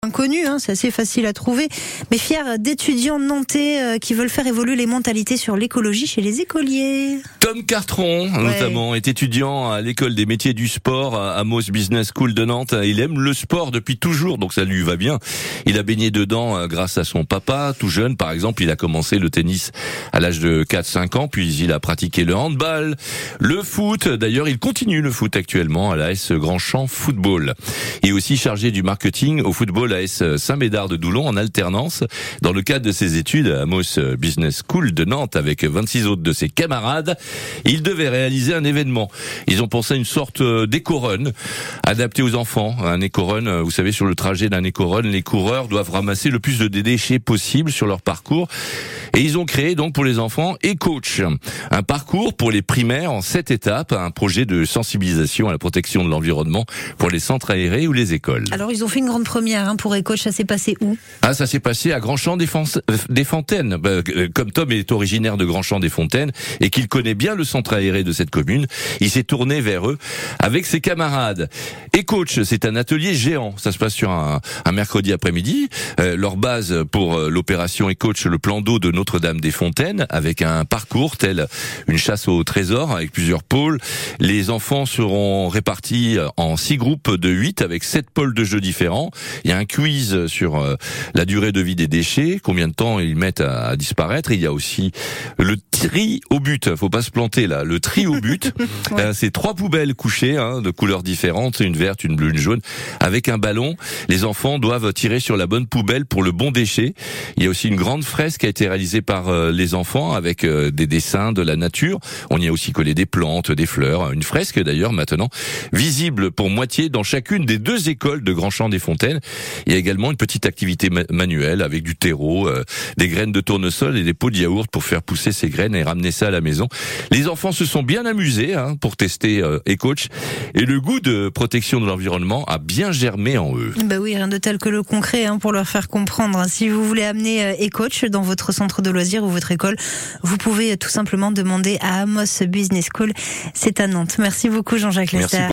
Inconnu, c'est assez facile à trouver, mais fier d'étudiants nantais qui veulent faire évoluer les mentalités sur l'écologie chez les écoliers. Tom Cartron, notamment, est étudiant à l'école des métiers du sport à Amos Business School de Nantes. Il aime le sport depuis toujours, donc ça lui va bien. Il a baigné dedans grâce à son papa. Tout jeune, par exemple, il a commencé le tennis à l'âge de 4-5 ans, puis il a pratiqué le handball, le foot. D'ailleurs, il continue le foot actuellement à l'AS Grandchamp Football. Il est aussi chargé du marketing au football AS Saint-Médard de Doulon en alternance dans le cadre de ses études à Amos Business School de Nantes avec 26 autres de ses camarades. Ils devaient réaliser un événement. Ils ont pensé à une sorte d'éco-run adapté aux enfants. Un éco-run, vous savez, sur le trajet d'un éco-run, les coureurs doivent ramasser le plus de déchets possible sur leur parcours. Et ils ont créé donc pour les enfants E-Coach, un parcours pour les primaires en 7 étapes, un projet de sensibilisation à la protection de l'environnement pour les centres aérés ou les écoles. Alors ils ont fait une grande première pour E-Coach, ça s'est passé où ? Ça s'est passé à Grandchamp-des-Fontaines. Comme Tom est originaire de Grandchamp-des-Fontaines et qu'il connaît bien le centre aéré de cette commune, il s'est tourné vers eux avec ses camarades. E-Coach, c'est un atelier géant. Ça se passe sur un mercredi après-midi. Leur base pour l'opération E-Coach, le plan d'eau de Notre-Dame-des-Fontaines, avec un parcours tel une chasse au trésor avec plusieurs pôles. Les enfants seront répartis en 6 groupes de 8 avec 7 pôles de jeux différents. Il y a un quiz sur la durée de vie des déchets, combien de temps ils mettent à disparaître. Il y a aussi le tri au but. Faut pas se planter là. Le tri au but, ouais. C'est 3 poubelles couchées de couleurs différentes, une verte, une bleue, une jaune, avec un ballon. Les enfants doivent tirer sur la bonne poubelle pour le bon déchet. Il y a aussi une grande fresque qui a été réalisée par les enfants avec des dessins de la nature. On y a aussi collé des plantes, des fleurs, une fresque d'ailleurs maintenant visible pour moitié dans chacune des 2 écoles de Grandchamp-des-Fontaines. Il y a également une petite activité manuelle avec du terreau, des graines de tournesol et des pots de yaourt pour faire pousser ces graines et ramener ça à la maison. Les enfants se sont bien amusés pour tester E-Coach et le goût de protection de l'environnement a bien germé en eux. Bah oui, rien de tel que le concret pour leur faire comprendre. Si vous voulez amener E-Coach dans votre centre de loisirs ou votre école, vous pouvez tout simplement demander à Amos Business School. C'est à Nantes. Merci beaucoup Jean-Jacques Lester.